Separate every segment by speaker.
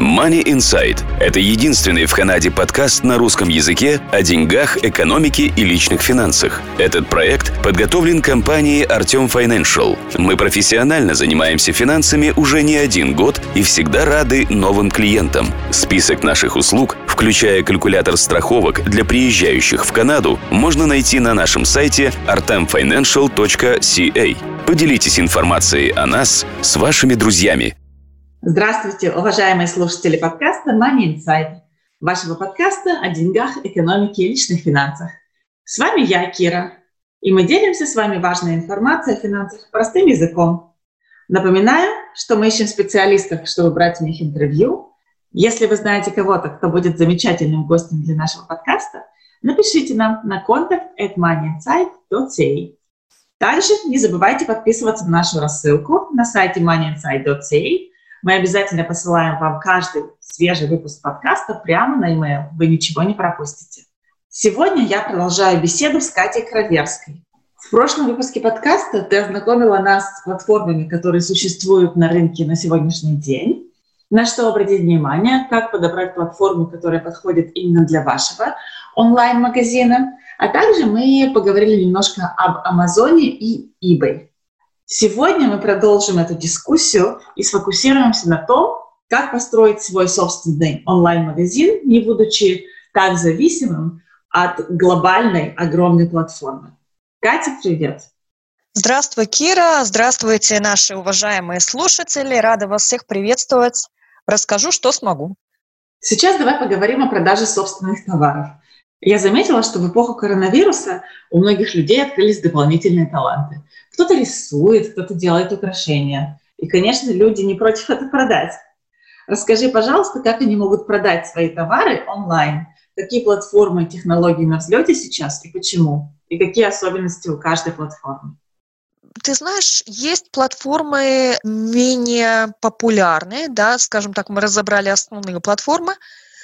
Speaker 1: Money Inside – это единственный в Канаде подкаст на русском языке о деньгах, экономике и личных финансах. Этот проект подготовлен компанией Artem Financial. Мы профессионально занимаемся финансами уже не один год и всегда рады новым клиентам. Список наших услуг, включая калькулятор страховок для приезжающих в Канаду, можно найти на нашем сайте artemfinancial.ca. Поделитесь информацией о нас с вашими друзьями.
Speaker 2: Здравствуйте, уважаемые слушатели подкаста Money Inside, вашего подкаста о деньгах, экономике и личных финансах. С вами я, Кира, и мы делимся с вами важной информацией о финансах простым языком. Напоминаю, что мы ищем специалистов, чтобы брать у них интервью. Если вы знаете кого-то, кто будет замечательным гостем для нашего подкаста, напишите нам на contact@moneyinside.ca. Также не забывайте подписываться на нашу рассылку на сайте moneyinside.ca. Мы обязательно посылаем вам каждый свежий выпуск подкаста прямо на e-mail. Вы ничего не пропустите. Сегодня я продолжаю беседу с Катей Краверской. В прошлом выпуске подкаста ты ознакомила нас с платформами, которые существуют на рынке на сегодняшний день, на что обратить внимание, как подобрать платформу, которая подходит именно для вашего онлайн-магазина. А также мы поговорили немножко об Амазоне и eBay. Сегодня мы продолжим эту дискуссию и сфокусируемся на том, как построить свой собственный онлайн-магазин, не будучи так зависимым от глобальной огромной платформы. Катя, привет!
Speaker 3: Здравствуй, Кира! Здравствуйте, наши уважаемые слушатели! Рада вас всех приветствовать. Расскажу, что смогу.
Speaker 2: Сейчас давай поговорим о продаже собственных товаров. Я заметила, что в эпоху коронавируса у многих людей открылись дополнительные таланты. Кто-то рисует, кто-то делает украшения. И, конечно, люди не против это продать. Расскажи, пожалуйста, как они могут продать свои товары онлайн? Какие платформы и технологии на взлете сейчас и почему? И какие особенности у каждой платформы?
Speaker 3: Ты знаешь, есть платформы менее популярные, да, скажем так, мы разобрали основные платформы.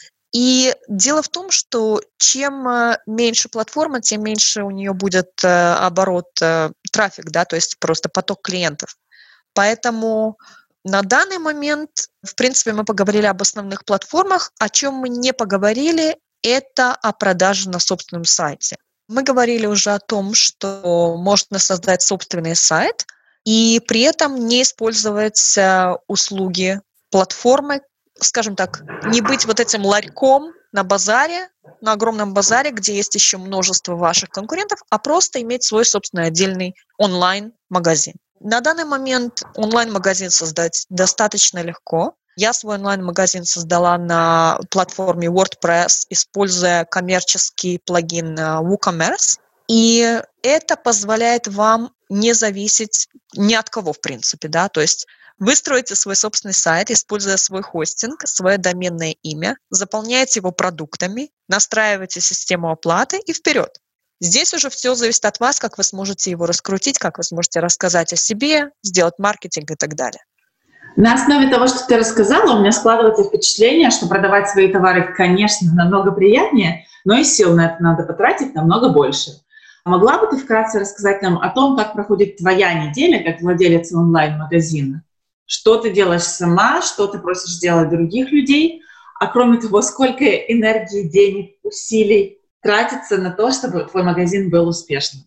Speaker 3: И дело в том, что чем меньше платформа, тем меньше у нее будет оборот, трафик, да, то есть просто поток клиентов. Поэтому на данный момент, в принципе, мы поговорили об основных платформах. О чем мы не поговорили, это о продаже на собственном сайте. Мы говорили уже о том, что можно создать собственный сайт и при этом не использовать услуги платформы, скажем так, не быть вот этим ларьком на базаре, на огромном базаре, где есть еще множество ваших конкурентов, а просто иметь свой собственный отдельный онлайн-магазин. На данный момент онлайн-магазин создать достаточно легко. Я свой онлайн-магазин создала на платформе WordPress, используя коммерческий плагин WooCommerce. И это позволяет вам не зависеть ни от кого, в принципе, да, то есть вы строите свой собственный сайт, используя свой хостинг, свое доменное имя, заполняете его продуктами, настраиваете систему оплаты и вперед. Здесь уже все зависит от вас, как вы сможете его раскрутить, как вы сможете рассказать о себе, сделать маркетинг и так далее.
Speaker 2: На основе того, что ты рассказала, у меня складывается впечатление, что продавать свои товары, конечно, намного приятнее, но и сил на это надо потратить намного больше. Могла бы ты вкратце рассказать нам о том, как проходит твоя неделя как владелица онлайн-магазина? Что ты делаешь сама, что ты просишь делать других людей, а кроме того, сколько энергии, денег, усилий тратится на то, чтобы твой магазин был успешным?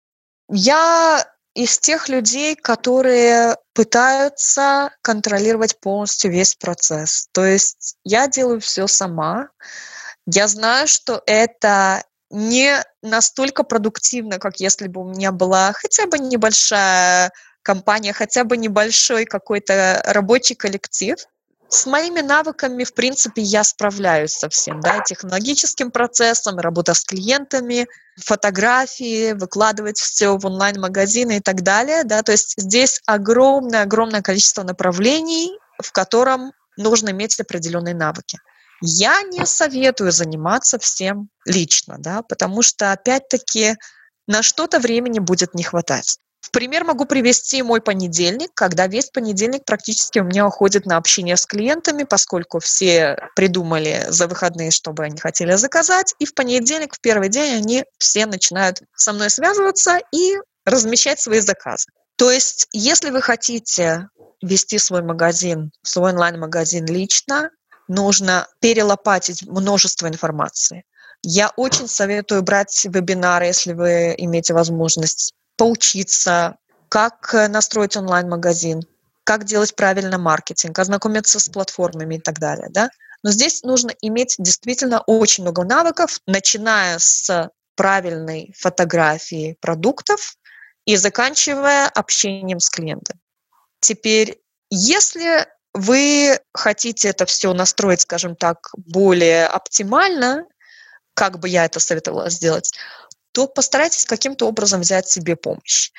Speaker 3: Я из тех людей, которые пытаются контролировать полностью весь процесс. То есть я делаю все сама. Я знаю, что это не настолько продуктивно, как если бы у меня была хотя бы небольшая компания, хотя бы небольшой какой-то рабочий коллектив. С моими навыками, в принципе, я справляюсь со всем, да, технологическим процессом, работа с клиентами, фотографии, выкладывать все в онлайн-магазины и так далее, да, то есть здесь огромное количество направлений, в котором нужно иметь определенные навыки. Я не советую заниматься всем лично, да, потому что, опять-таки, на что-то времени будет не хватать. В пример могу привести мой понедельник, когда весь понедельник практически у меня уходит на общение с клиентами, поскольку все придумали за выходные, что бы они хотели заказать, и в понедельник, в первый день, они все начинают со мной связываться и размещать свои заказы. То есть, если вы хотите вести свой магазин, свой онлайн-магазин лично, нужно перелопатить множество информации. Я очень советую брать вебинары, если вы имеете возможность, поучиться, как настроить онлайн-магазин, как делать правильно маркетинг, ознакомиться с платформами и так далее, да? Но здесь нужно иметь действительно очень много навыков, начиная с правильной фотографии продуктов и заканчивая общением с клиентом. Теперь, если вы хотите это все настроить, скажем так, более оптимально, как бы я это советовала сделать, то постарайтесь каким-то образом взять себе помощь.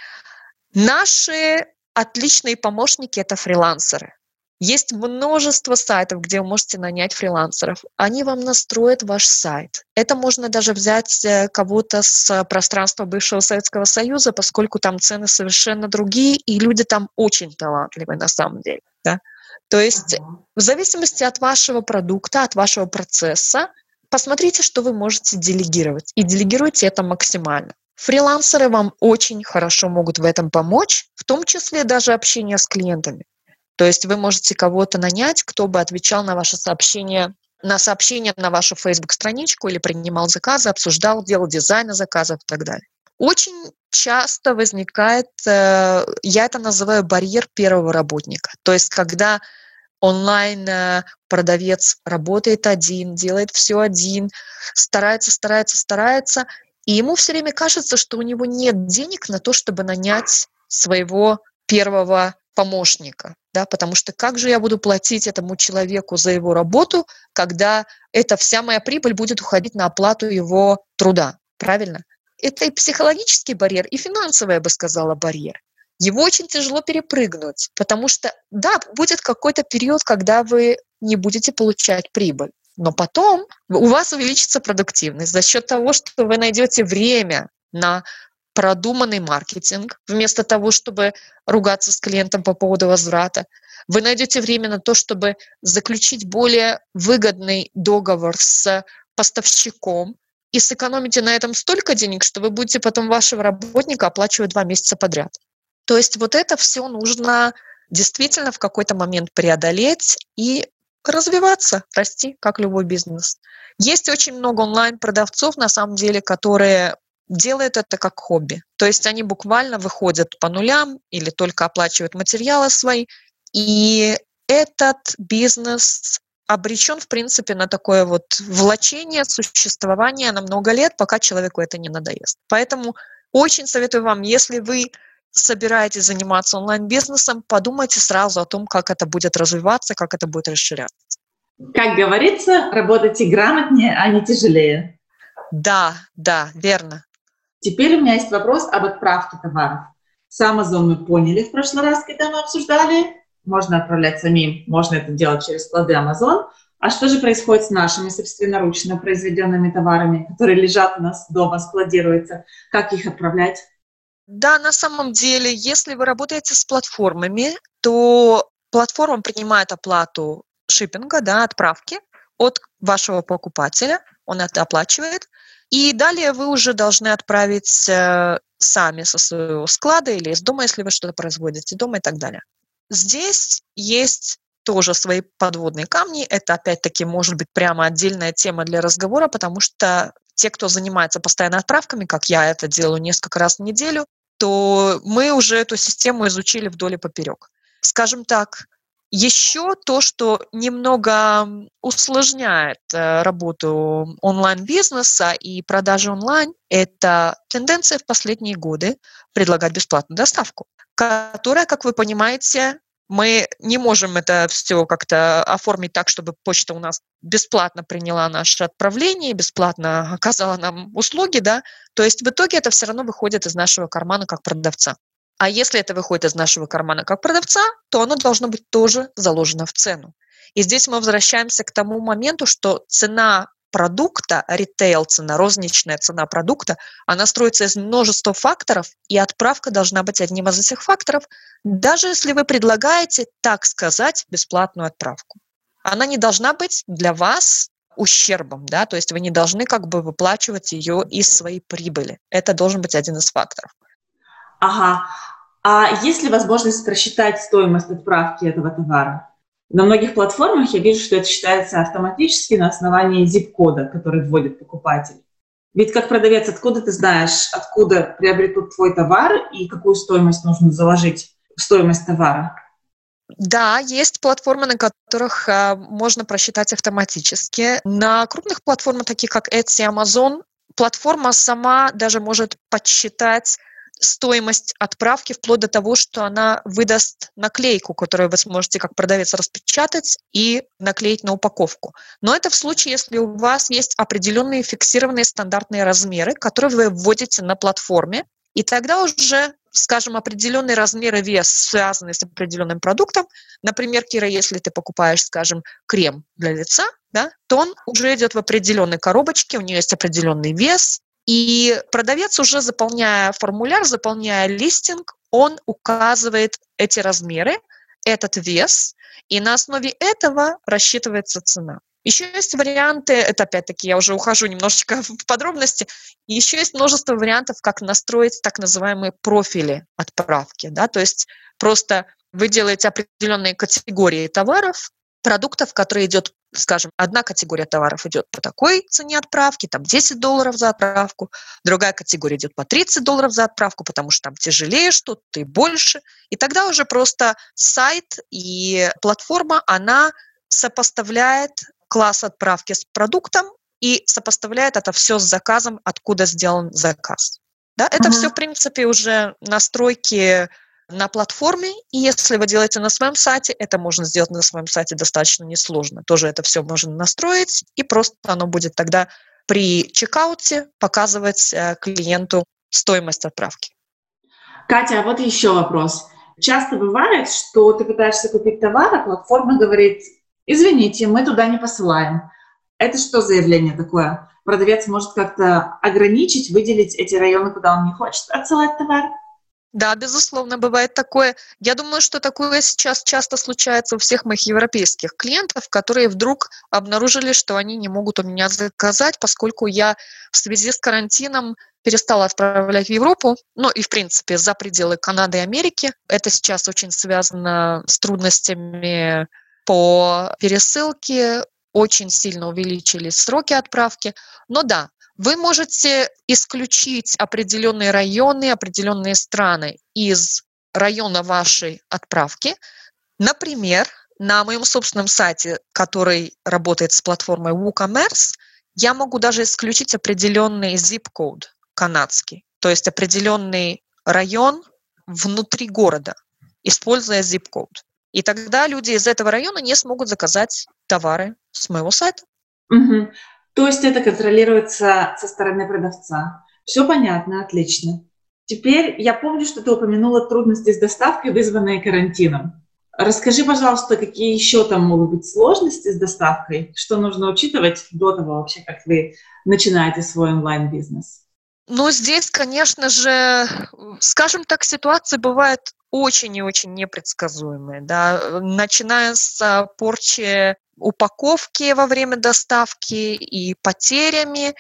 Speaker 3: Наши отличные помощники – это фрилансеры. Есть множество сайтов, где вы можете нанять фрилансеров. Они вам настроят ваш сайт. Это можно даже взять кого-то с пространства бывшего Советского Союза, поскольку там цены совершенно другие, и люди там очень талантливые на самом деле. Да? То есть в зависимости от вашего продукта, от вашего процесса, посмотрите, что вы можете делегировать, и делегируйте это максимально. Фрилансеры вам очень хорошо могут в этом помочь, в том числе даже общение с клиентами. То есть вы можете кого-то нанять, кто бы отвечал на ваши сообщения, на вашу Facebook-страничку или принимал заказы, обсуждал, делал дизайн заказов и так далее. Очень часто возникает, я это называю барьер первого работника. То есть когда онлайн-продавец работает один, делает все один, старается, и ему все время кажется, что у него нет денег на то, чтобы нанять своего первого помощника, да, потому что как же я буду платить этому человеку за его работу, когда эта вся моя прибыль будет уходить на оплату его труда, правильно? Это и психологический барьер, и финансовый, я бы сказала, барьер. Его очень тяжело перепрыгнуть, потому что, да, будет какой-то период, когда вы не будете получать прибыль, но потом у вас увеличится продуктивность за счет того, что вы найдете время на продуманный маркетинг, вместо того, чтобы ругаться с клиентом по поводу возврата. Вы найдете время на то, чтобы заключить более выгодный договор с поставщиком и сэкономите на этом столько денег, что вы будете потом вашего работника оплачивать 2 месяца подряд. То есть вот это все нужно действительно в какой-то момент преодолеть и развиваться, расти, как любой бизнес. Есть очень много онлайн-продавцов, на самом деле, которые делают это как хобби. То есть они буквально выходят по нулям или только оплачивают материалы свои. И этот бизнес обречен, в принципе, на такое вот влачение, существование на много лет, пока человеку это не надоест. Поэтому очень советую вам, если вы собираетесь заниматься онлайн-бизнесом, подумайте сразу о том, как это будет развиваться, как это будет расширяться.
Speaker 2: Как говорится, работайте грамотнее, а не тяжелее.
Speaker 3: Да, верно.
Speaker 2: Теперь у меня есть вопрос об отправке товаров. С Amazon мы поняли в прошлый раз, когда мы обсуждали. Можно отправлять самим, можно это делать через склады Amazon. А что же происходит с нашими собственноручно произведенными товарами, которые лежат у нас дома, складируются? Как их отправлять?
Speaker 3: Да, на самом деле, если вы работаете с платформами, то платформа принимает оплату шиппинга, да, отправки от вашего покупателя, он это оплачивает, и далее вы уже должны отправить сами со своего склада или из дома, если вы что-то производите дома и так далее. Здесь есть тоже свои подводные камни. Это, опять-таки, может быть прямо отдельная тема для разговора, потому что те, кто занимается постоянно отправками, как я это делаю несколько раз в неделю, то мы уже эту систему изучили вдоль и поперек. Скажем так, еще то, что немного усложняет работу онлайн-бизнеса и продажи онлайн, это тенденция в последние годы предлагать бесплатную доставку, которая, как вы понимаете, мы не можем это все как-то оформить так, чтобы почта у нас бесплатно приняла наше отправление, бесплатно оказала нам услуги, да. То есть в итоге это все равно выходит из нашего кармана как продавца. А если это выходит из нашего кармана как продавца, то оно должно быть тоже заложено в цену. И здесь мы возвращаемся к тому моменту, что цена продукта, ритейл-цена, розничная цена продукта, она строится из множества факторов, и отправка должна быть одним из этих факторов, даже если вы предлагаете, так сказать, бесплатную отправку. Она не должна быть для вас ущербом, да, то есть вы не должны как бы выплачивать ее из своей прибыли. Это должен быть один из факторов.
Speaker 2: Ага. А есть ли возможность просчитать стоимость отправки этого товара? На многих платформах я вижу, что это считается автоматически на основании zip-кода, который вводит покупатель. Ведь как продавец, откуда ты знаешь, откуда приобретут твой товар и какую стоимость нужно заложить в стоимость товара?
Speaker 3: Да, есть платформы, на которых можно просчитать автоматически. На крупных платформах, таких как Etsy и Amazon, платформа сама даже может подсчитать стоимость отправки вплоть до того, что она выдаст наклейку, которую вы сможете как продавец распечатать и наклеить на упаковку. Но это в случае, если у вас есть определенные фиксированные стандартные размеры, которые вы вводите на платформе, и тогда уже, скажем, определенный размер и вес, связанный с определенным продуктом. Например, Кира, если ты покупаешь, скажем, крем для лица, да, то он уже идет в определенной коробочке, у нее есть определенный вес, и продавец, уже заполняя формуляр, заполняя листинг, он указывает эти размеры, этот вес, и на основе этого рассчитывается цена. Еще есть варианты, это опять-таки я уже ухожу немножечко в подробности, еще есть множество вариантов, как настроить так называемые профили отправки. Да? То есть просто вы делаете определенные категории товаров, продуктов, которые идет, скажем, одна категория товаров идет по такой цене отправки, там $10 за отправку, другая категория идет по $30 за отправку, потому что там тяжелее что-то и больше. И тогда уже просто сайт и платформа, она сопоставляет класс отправки с продуктом и сопоставляет это все с заказом, откуда сделан заказ. Да? Это все, в принципе, уже настройки на платформе, и если вы делаете на своем сайте, это можно сделать на своем сайте достаточно несложно. Тоже это все можно настроить, и просто оно будет тогда при чекауте показывать клиенту стоимость отправки.
Speaker 2: Катя, а вот еще вопрос. Часто бывает, что ты пытаешься купить товар, а платформа говорит: извините, мы туда не посылаем. Это что за явление такое? Продавец может как-то ограничить, выделить эти районы, куда он не хочет отсылать товар?
Speaker 3: Да, безусловно, бывает такое. Я думаю, что такое сейчас часто случается у всех моих европейских клиентов, которые вдруг обнаружили, что они не могут у меня заказать, поскольку я в связи с карантином перестала отправлять в Европу, ну и, в принципе, за пределы Канады и Америки. Это сейчас очень связано с трудностями по пересылке, очень сильно увеличились сроки отправки. Но да, вы можете исключить определенные районы, определенные страны из района вашей отправки. Например, на моем собственном сайте, который работает с платформой WooCommerce, я могу даже исключить определенный zip-код канадский, то есть определенный район внутри города, используя zip-код. И тогда люди из этого района не смогут заказать товары с моего сайта.
Speaker 2: Угу. То есть это контролируется со стороны продавца. Все понятно, отлично. Теперь я помню, что ты упомянула трудности с доставкой, вызванные карантином. Расскажи, пожалуйста, какие еще там могут быть сложности с доставкой? Что нужно учитывать до того вообще, как вы начинаете свой онлайн-бизнес?
Speaker 3: Ну, здесь, конечно же, скажем так, ситуации бывают очень и очень непредсказуемые, да, начиная с порчи упаковки во время доставки и потерями,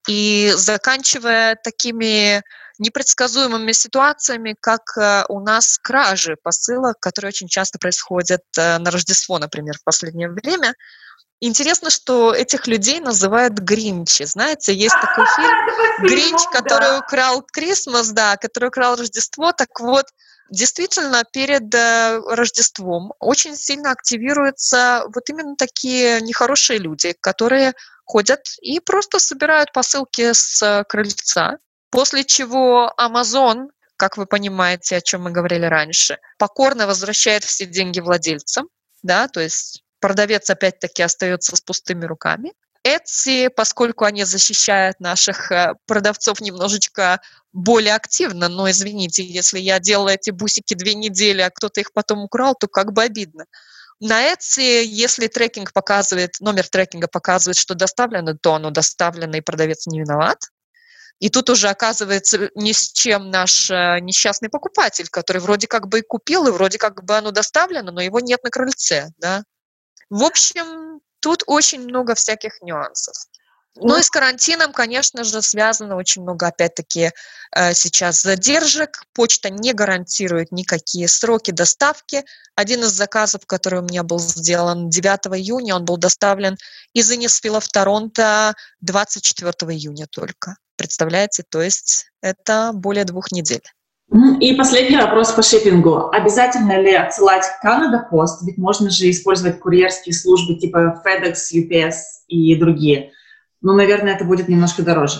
Speaker 3: и заканчивая такими непредсказуемыми ситуациями, как у нас кражи посылок, которые очень часто происходят на Рождество, например, в последнее время. Интересно, что этих людей называют гринчи. Знаете, есть такой фильм «Гринч», который украл Крисмас», да, который украл Рождество. Так вот, действительно, перед Рождеством очень сильно активируются вот именно такие нехорошие люди, которые ходят и просто собирают посылки с крыльца, после чего Amazon, как вы понимаете, о чем мы говорили раньше, покорно возвращает все деньги владельцам, да, то есть продавец опять-таки остается с пустыми руками. Etsy, поскольку они защищают наших продавцов немножечко более активно, но извините, если я делала эти бусики 2 недели, а кто-то их потом украл, то как бы обидно. На Etsy, если трекинг показывает, номер трекинга показывает, что доставлено, то оно доставлено, и продавец не виноват. И тут уже оказывается ни с чем наш несчастный покупатель, который вроде как бы и купил, и вроде как бы оно доставлено, но его нет на крыльце, да. В общем, тут очень много всяких нюансов. Ну и с карантином, конечно же, связано очень много, опять-таки, сейчас задержек. Почта не гарантирует никакие сроки доставки. Один из заказов, который у меня был сделан 9 июня, он был доставлен из Иннисфилла в Торонто 24 июня только. Представляете? То есть это более 2 недель.
Speaker 2: И последний вопрос по шиппингу. Обязательно ли отсылать Canada Post? Ведь можно же использовать курьерские службы типа FedEx, UPS и другие. Но, наверное, это будет немножко дороже.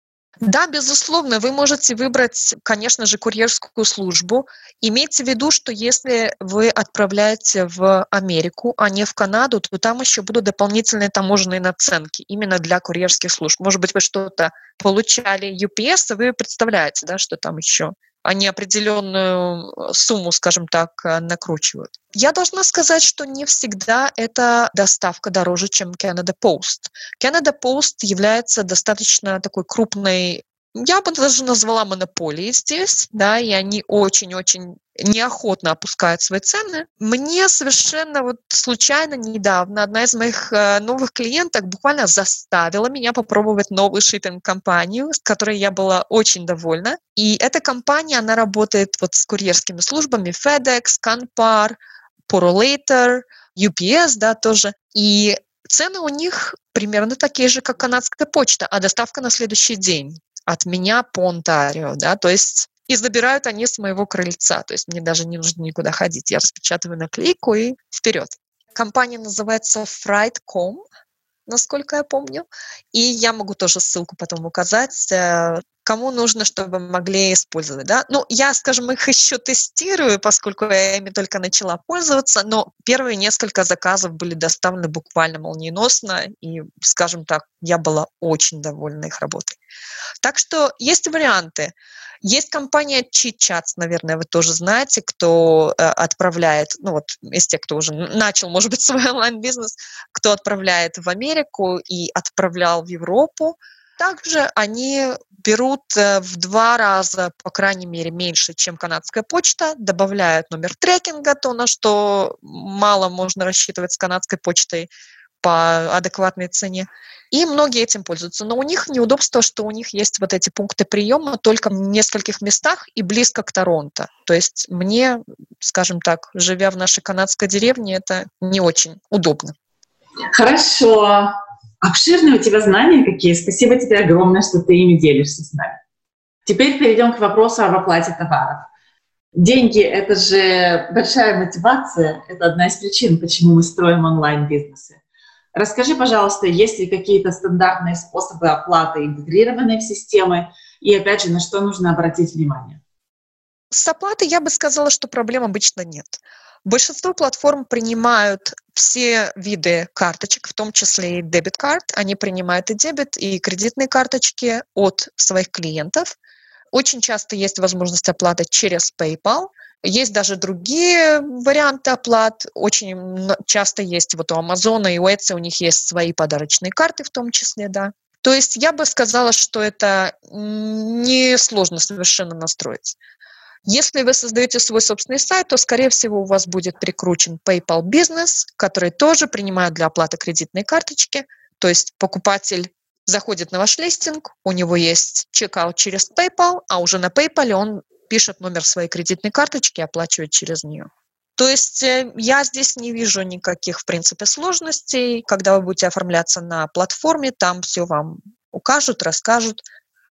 Speaker 3: Да, безусловно, вы можете выбрать, конечно же, курьерскую службу. Имейте в виду, что если вы отправляете в Америку, а не в Канаду, то там еще будут дополнительные таможенные наценки именно для курьерских служб. Может быть, вы что-то получали UPS, и вы представляете, да, что там еще они определенную сумму, скажем так, накручивают. Я должна сказать, что не всегда эта доставка дороже, чем Canada Post. Canada Post является достаточно такой крупной, я бы даже назвала монополией здесь, да, и они очень-очень неохотно опускают свои цены. Мне совершенно вот случайно недавно одна из моих новых клиенток буквально заставила меня попробовать новую шиппинг-компанию, с которой я была очень довольна. И эта компания, она работает вот с курьерскими службами FedEx, Canpar, Purolator, UPS, да, тоже. И цены у них примерно такие же, как канадская почта, а доставка на следующий день от меня по Онтарио, да, то есть и забирают они с моего крыльца, то есть мне даже не нужно никуда ходить, я распечатываю наклейку и вперед. Компания называется Frightcom, насколько я помню, и я могу тоже ссылку потом указать, кому нужно, чтобы могли использовать, да. Ну, я, скажем, их еще тестирую, поскольку я ими только начала пользоваться, но первые несколько заказов были доставлены буквально молниеносно, и, скажем так, я была очень довольна их работой. Так что есть варианты. Есть компания ChitChats, наверное, вы тоже знаете, кто отправляет, ну вот из тех, кто уже начал, может быть, свой онлайн-бизнес, кто отправляет в Америку и отправлял в Европу. Также они берут в 2 раза, по крайней мере, меньше, чем канадская почта, добавляют номер трекинга, то, на что мало можно рассчитывать с канадской почтой по адекватной цене. И многие этим пользуются. Но у них неудобство, что у них есть вот эти пункты приема только в нескольких местах и близко к Торонто. То есть мне, скажем так, живя в нашей канадской деревне, это не очень удобно.
Speaker 2: Хорошо. Обширные у тебя знания какие. Спасибо тебе огромное, что ты ими делишься с нами. Теперь перейдем к вопросу об оплате товаров. Деньги — это же большая мотивация. Это одна из причин, почему мы строим онлайн-бизнесы. Расскажи, пожалуйста, есть ли какие-то стандартные способы оплаты, интегрированные в системы, и, опять же, на что нужно обратить внимание?
Speaker 3: С оплатой я бы сказала, что проблем обычно нет. Большинство платформ принимают все виды карточек, в том числе и дебет-карт. Они принимают и дебет, и кредитные карточки от своих клиентов. Очень часто есть возможность оплаты через PayPal. Есть даже другие варианты оплат. Очень часто есть вот у Амазона и у Etsy, у них есть свои подарочные карты в том числе, да. То есть я бы сказала, что это несложно совершенно настроить. Если вы создаете свой собственный сайт, то, скорее всего, у вас будет прикручен PayPal Business, который тоже принимает для оплаты кредитные карточки. То есть покупатель заходит на ваш листинг, у него есть чекаут через PayPal, а уже на PayPal он пишет номер своей кредитной карточки и оплачивает через нее. То есть я здесь не вижу никаких, в принципе, сложностей. Когда вы будете оформляться на платформе, там все вам укажут, расскажут.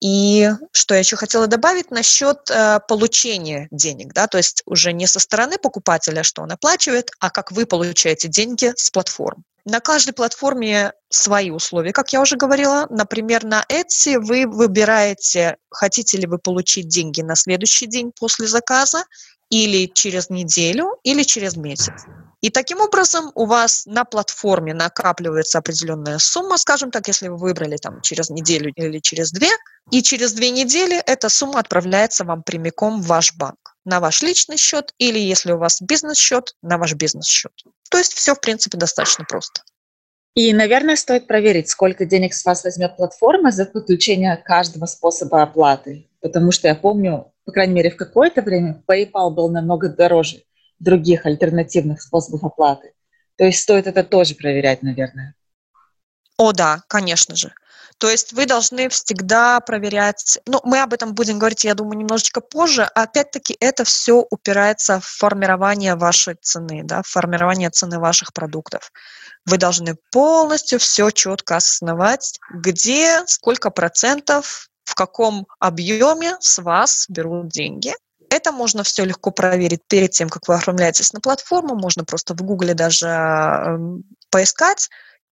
Speaker 3: И что я еще хотела добавить насчет получения денег, да, то есть уже не со стороны покупателя, что он оплачивает, а как вы получаете деньги с платформ. На каждой платформе свои условия, как я уже говорила. Например, на Etsy вы выбираете, хотите ли вы получить деньги на следующий день после заказа, или через неделю, или через месяц. И таким образом у вас на платформе накапливается определенная сумма, скажем так, если вы выбрали там через неделю или через 2, и через 2 недели эта сумма отправляется вам прямиком в ваш банк, на ваш личный счет, или если у вас бизнес-счет, на ваш бизнес-счет. То есть все, в принципе, достаточно просто.
Speaker 2: И, наверное, стоит проверить, сколько денег с вас возьмет платформа за подключение каждого способа оплаты. Потому что я помню, по крайней мере, в какое-то время PayPal был намного дороже других альтернативных способов оплаты. То есть стоит это тоже проверять, наверное.
Speaker 3: О, да, конечно же. То есть вы должны всегда проверять, мы об этом будем говорить, я думаю, немножечко позже, опять-таки это все упирается в формирование вашей цены, да, в формирование цены ваших продуктов. Вы должны полностью все четко осознавать, где, сколько процентов, в каком объеме с вас берут деньги. Это можно все легко проверить перед тем, как вы оформляетесь на платформу, можно просто в Гугле даже поискать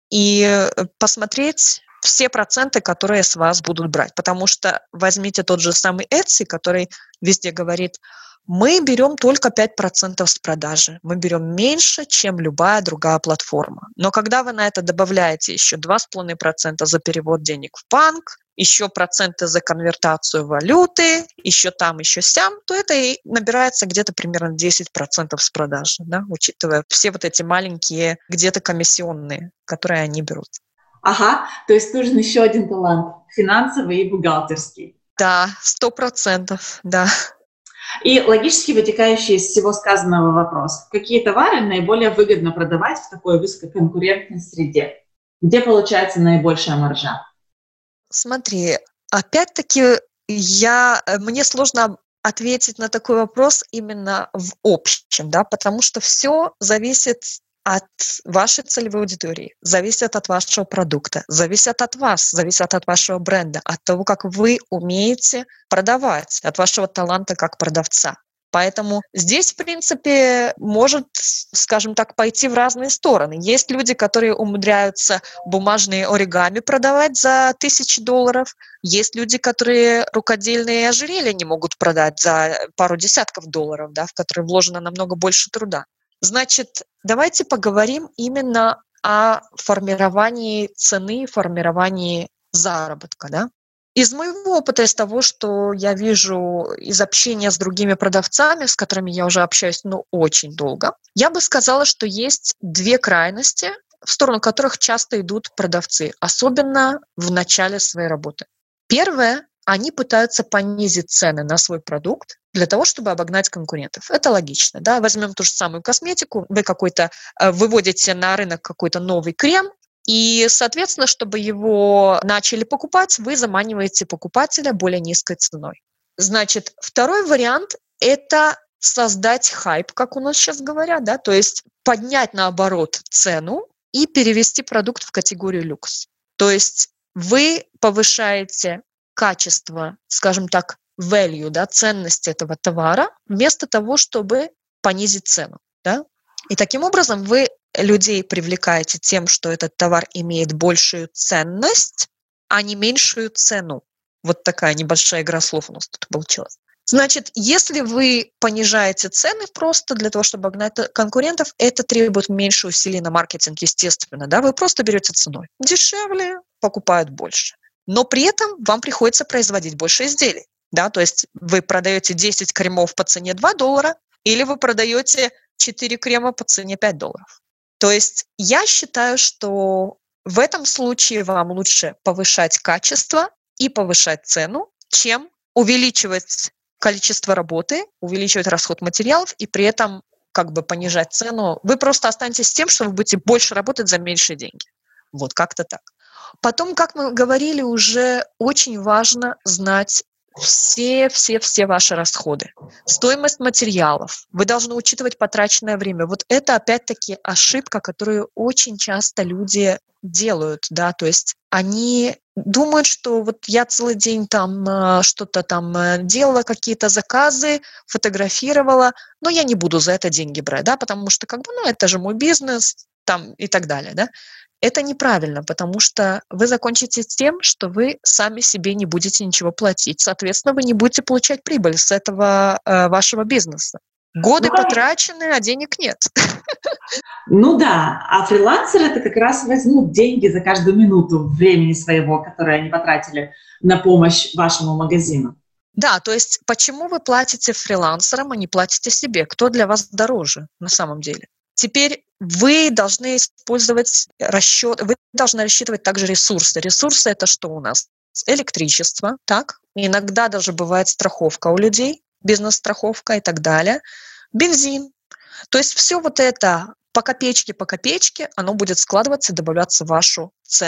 Speaker 3: и посмотреть все проценты, которые с вас будут брать. Потому что возьмите тот же самый Etsy, который везде говорит, мы берем только 5% с продажи, мы берем меньше, чем любая другая платформа. Но когда вы на это добавляете еще 2,5% за перевод денег в банк, еще проценты за конвертацию валюты, еще там, еще сям, то это и набирается где-то примерно 10% с продажи, да, учитывая все вот эти маленькие где-то комиссионные, которые они берут.
Speaker 2: Ага, то есть нужен еще один талант – финансовый и бухгалтерский.
Speaker 3: Да, 100%, да.
Speaker 2: И логически вытекающий из всего сказанного вопрос. Какие товары наиболее выгодно продавать в такой высококонкурентной среде? Где получается наибольшая маржа?
Speaker 3: Смотри, опять-таки мне сложно ответить на такой вопрос именно в общем, да, потому что все зависит от вашей целевой аудитории, зависит от вашего продукта, зависит от вас, зависит от вашего бренда, от того, как вы умеете продавать, от вашего таланта как продавца. Поэтому здесь, в принципе, может, скажем так, пойти в разные стороны. Есть люди, которые умудряются бумажные оригами продавать за $1000. Есть люди, которые рукодельные ожерелья не могут продать за пару десятков долларов, да, в которые вложено намного больше труда. Значит, давайте поговорим именно о формировании цены, формировании заработка, да? Из моего опыта, из того, что я вижу из общения с другими продавцами, с которыми я уже общаюсь, очень долго, я бы сказала, что есть две крайности, в сторону которых часто идут продавцы, особенно в начале своей работы. Первое, они пытаются понизить цены на свой продукт для того, чтобы обогнать конкурентов. Это логично, да? Возьмем ту же самую косметику, вы выводите на рынок какой-то новый крем, и, соответственно, чтобы его начали покупать, вы заманиваете покупателя более низкой ценой. Значит, второй вариант – это создать хайп, как у нас сейчас говорят, да, то есть поднять, наоборот, цену и перевести продукт в категорию люкс. То есть вы повышаете качество, скажем так, value, да, ценность этого товара, вместо того, чтобы понизить цену, да. И таким образом вы людей привлекаете тем, что этот товар имеет большую ценность, а не меньшую цену. Вот такая небольшая игра слов у нас тут получилась. Значит, если вы понижаете цены просто для того, чтобы обогнать конкурентов, это требует меньше усилий на маркетинг, естественно. Да? Вы просто берете ценой. Дешевле, покупают больше. Но при этом вам приходится производить больше изделий. Да? То есть вы продаете 10 кремов по цене $2, или вы продаете 4 крема по цене $5. То есть я считаю, что в этом случае вам лучше повышать качество и повышать цену, чем увеличивать количество работы, увеличивать расход материалов и при этом понижать цену. Вы просто останетесь с тем, что вы будете больше работать за меньшие деньги. Вот как-то так. Потом, как мы говорили, уже очень важно знать все ваши расходы. Стоимость материалов. Вы должны учитывать потраченное время. Вот это, опять-таки, ошибка, которую очень часто люди делают, да, то есть они думают, что вот я целый день там что-то там делала, какие-то заказы, фотографировала, но я не буду за это деньги брать, да, потому что это же мой бизнес, там и так далее, да. Это неправильно, потому что вы закончите тем, что вы сами себе не будете ничего платить. Соответственно, вы не будете получать прибыль с этого вашего бизнеса. Годы потрачены, а денег нет.
Speaker 2: Да, а фрилансеры-то как раз возьмут деньги за каждую минуту времени своего, которое они потратили на помощь вашему магазину.
Speaker 3: Да, то есть почему вы платите фрилансерам, а не платите себе? Кто для вас дороже на самом деле? Теперь вы должны использовать расчет, вы должны рассчитывать также ресурсы. Ресурсы – это что у нас? Электричество, так? Иногда даже бывает страховка у людей, бизнес-страховка и так далее. Бензин. То есть все вот это по копеечке, оно будет складываться и добавляться в вашу цену.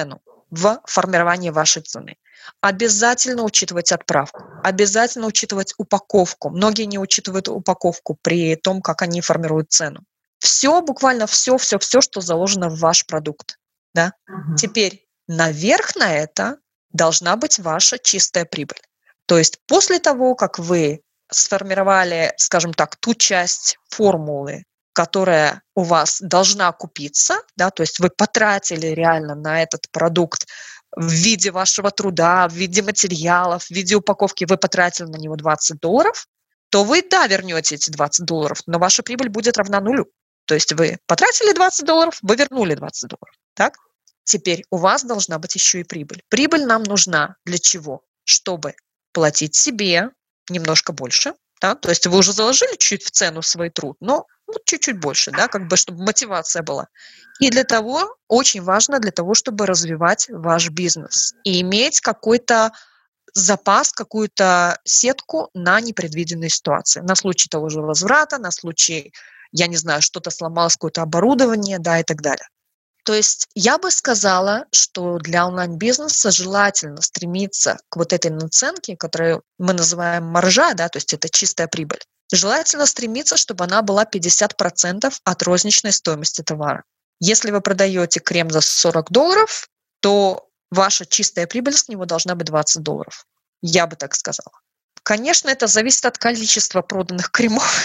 Speaker 3: в формировании вашей цены. Обязательно учитывать отправку, обязательно учитывать упаковку. Многие не учитывают упаковку при том, как они формируют цену. Все, буквально все, что заложено в ваш продукт. Да? Теперь наверх на это должна быть ваша чистая прибыль. То есть после того, как вы сформировали, скажем так, ту часть формулы, которая у вас должна окупиться, да, то есть вы потратили реально на этот продукт в виде вашего труда, в виде материалов, в виде упаковки, вы потратили на него $20, то вы, да, вернете эти $20, но ваша прибыль будет равна нулю. То есть вы потратили $20, вы вернули $20. Так? Теперь у вас должна быть еще и прибыль. Прибыль нам нужна для чего? Чтобы платить себе немножко больше, да? То есть вы уже заложили чуть в цену свой труд, но чуть-чуть больше, да, как бы, чтобы мотивация была. И для того, очень важно для того, чтобы развивать ваш бизнес и иметь какой-то запас, какую-то сетку на непредвиденные ситуации. На случай того же возврата, на случай, я не знаю, что-то сломалось, какое-то оборудование, да, и так далее. То есть я бы сказала, что для онлайн-бизнеса желательно стремиться к вот этой наценке, которую мы называем маржа, да, то есть это чистая прибыль. Желательно стремиться, чтобы она была 50% от розничной стоимости товара. Если вы продаете крем за $40, то ваша чистая прибыль с него должна быть $20. Я бы так сказала. Конечно, это зависит от количества проданных кремов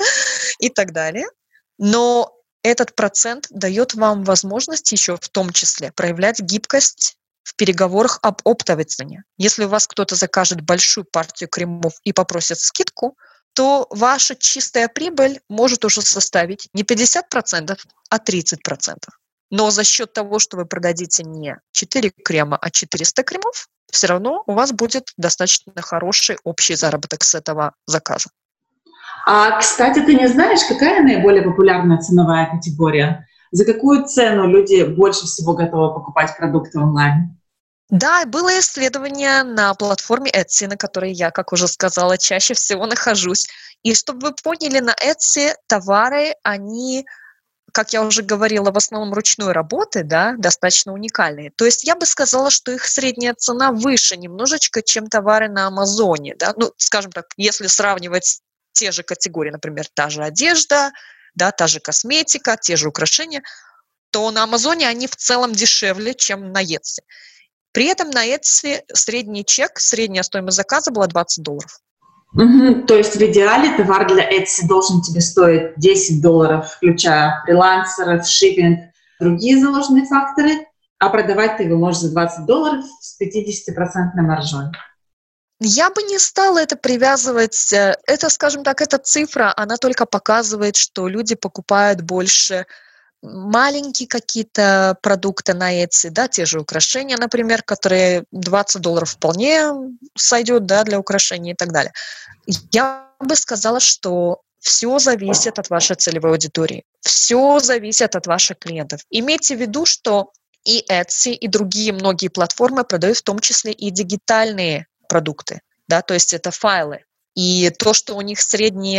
Speaker 3: и так далее, но этот процент дает вам возможность еще в том числе проявлять гибкость в переговорах об оптовой цене. Если у вас кто-то закажет большую партию кремов и попросит скидку, то ваша чистая прибыль может уже составить не 50%, а 30%. Но за счет того, что вы продадите не 4 крема, а 400 кремов, все равно у вас будет достаточно хороший общий заработок с этого заказа.
Speaker 2: А, кстати, ты не знаешь, какая наиболее популярная ценовая категория? За какую цену люди больше всего готовы покупать продукты онлайн?
Speaker 3: Да, было исследование на платформе Etsy, на которой я, как уже сказала, чаще всего нахожусь. И чтобы вы поняли, на Etsy товары, они, как я уже говорила, в основном ручной работы, да, достаточно уникальные. То есть я бы сказала, что их средняя цена выше немножечко, чем товары на Амазоне. Да? Ну, скажем так, если сравнивать те же категории, например, та же одежда, да, та же косметика, те же украшения, то на Амазоне они в целом дешевле, чем на Etsy. При этом на Etsy средний чек, средняя стоимость заказа была $20.
Speaker 2: То есть в идеале товар для Etsy должен тебе стоить $10, включая фрилансеров, шиппинг, другие заложенные факторы, а продавать ты его можешь за $20 с 50% маржой.
Speaker 3: Я бы не стала это привязывать. Это, скажем так, эта цифра, она только показывает, что люди покупают больше маленькие какие-то продукты на Etsy, да, те же украшения, например, которые $20 вполне сойдет, да, для украшений и так далее. Я бы сказала, что все зависит от вашей целевой аудитории, все зависит от ваших клиентов. Имейте в виду, что и Etsy, и другие многие платформы продают в том числе и дигитальные продукты, да, то есть это файлы. И то, что у них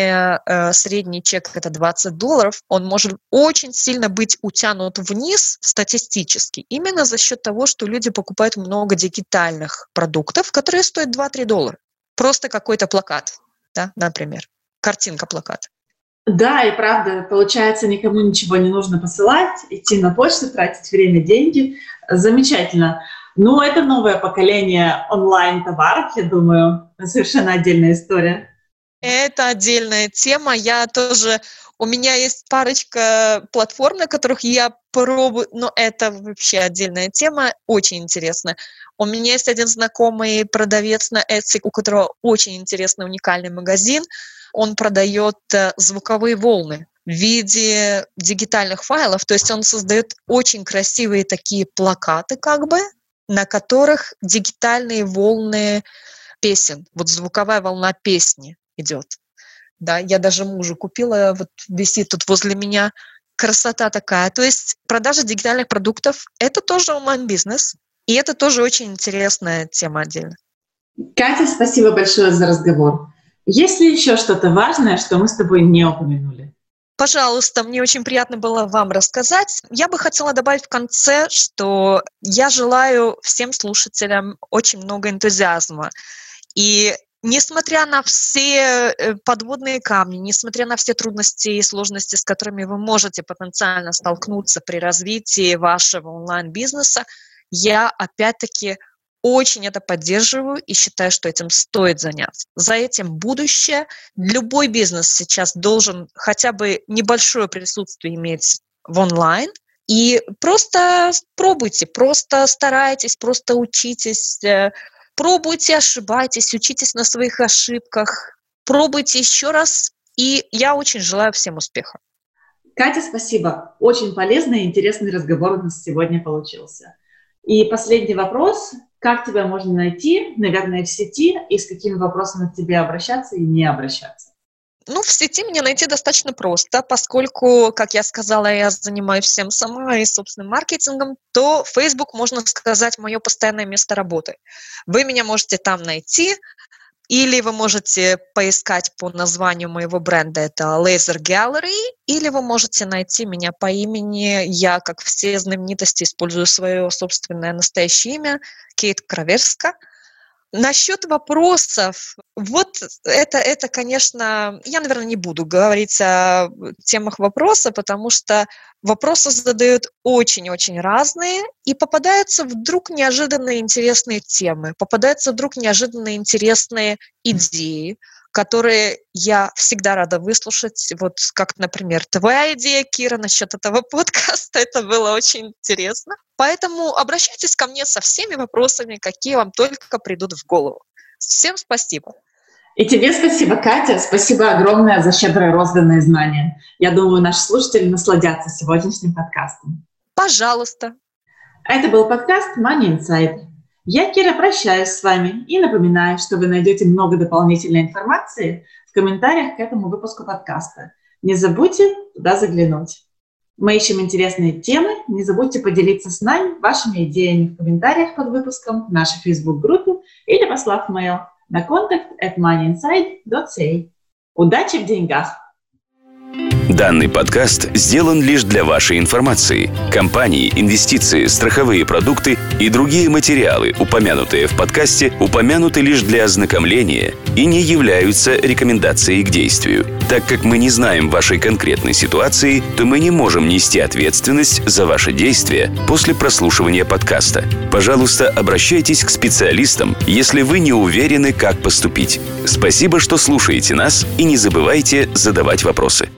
Speaker 3: средний чек – это $20, он может очень сильно быть утянут вниз статистически, именно за счет того, что люди покупают много дигитальных продуктов, которые стоят $2-3. Просто какой-то плакат, да, например, картинка-плакат.
Speaker 2: Да, и правда, получается, никому ничего не нужно посылать, идти на почту, тратить время, деньги. Замечательно. Ну, это новое поколение онлайн-товаров, я думаю, совершенно отдельная история.
Speaker 3: Это отдельная тема. У меня есть парочка платформ, на которых я пробую, но это вообще отдельная тема, очень интересно. У меня есть один знакомый продавец на Etsy, у которого очень интересный, уникальный магазин. Он продает звуковые волны в виде дигитальных файлов, то есть он создает очень красивые такие плакаты, как бы, на которых дигитальные волны песен, вот звуковая волна песни идет. Да, я даже мужу купила, вот висит тут возле меня, красота такая. То есть продажа дигитальных продуктов – это тоже онлайн-бизнес, и это тоже очень интересная тема отдельно.
Speaker 2: Катя, спасибо большое за разговор. Есть ли еще что-то важное, что мы с тобой не упомянули?
Speaker 3: Пожалуйста, мне очень приятно было вам рассказать. Я бы хотела добавить в конце, что я желаю всем слушателям очень много энтузиазма. И несмотря на все подводные камни, несмотря на все трудности и сложности, с которыми вы можете потенциально столкнуться при развитии вашего онлайн-бизнеса, я опять-таки очень это поддерживаю и считаю, что этим стоит заняться. За этим будущее. Любой бизнес сейчас должен хотя бы небольшое присутствие иметь в онлайн. И просто пробуйте, просто старайтесь, просто учитесь. Пробуйте, ошибайтесь, учитесь на своих ошибках. Пробуйте еще раз. И я очень желаю всем успеха.
Speaker 2: Катя, спасибо. Очень полезный и интересный разговор у нас сегодня получился. И последний вопрос. Как тебя можно найти, наверное, в сети, и с какими вопросами к тебе обращаться и не обращаться?
Speaker 3: В сети меня найти достаточно просто, поскольку, как я сказала, я занимаюсь всем сама и собственным маркетингом, то Facebook, можно сказать, мое постоянное место работы. Вы меня можете там найти, или вы можете поискать по названию моего бренда, это Laser Gallery, или вы можете найти меня по имени, я, как все знаменитости, использую свое собственное настоящее имя, Кейт Краверска. Насчет вопросов, это, конечно, я, наверное, не буду говорить о темах вопроса, потому что вопросы задают очень-очень разные, и попадаются вдруг неожиданные интересные темы, попадаются вдруг неожиданные интересные идеи, которые я всегда рада выслушать. Вот как, например, твоя идея, Кира, насчет этого подкаста. Это было очень интересно. Поэтому обращайтесь ко мне со всеми вопросами, какие вам только придут в голову. Всем спасибо.
Speaker 2: И тебе спасибо, Катя. Спасибо огромное за щедро розданные знания. Я думаю, наши слушатели насладятся сегодняшним подкастом.
Speaker 3: Пожалуйста.
Speaker 2: Это был подкаст Money Inside. Я, Кира, прощаюсь с вами и напоминаю, что вы найдете много дополнительной информации в комментариях к этому выпуску подкаста. Не забудьте туда заглянуть. Мы ищем интересные темы. Не забудьте поделиться с нами вашими идеями в комментариях под выпуском в нашей Facebook-группе или послав mail на contact@moneyinside.ca. Удачи в деньгах!
Speaker 1: Данный подкаст сделан лишь для вашей информации. Компании, инвестиции, страховые продукты и другие материалы, упомянутые в подкасте, упомянуты лишь для ознакомления и не являются рекомендацией к действию. Так как мы не знаем вашей конкретной ситуации, то мы не можем нести ответственность за ваши действия после прослушивания подкаста. Пожалуйста, обращайтесь к специалистам, если вы не уверены, как поступить. Спасибо, что слушаете нас, и не забывайте задавать вопросы.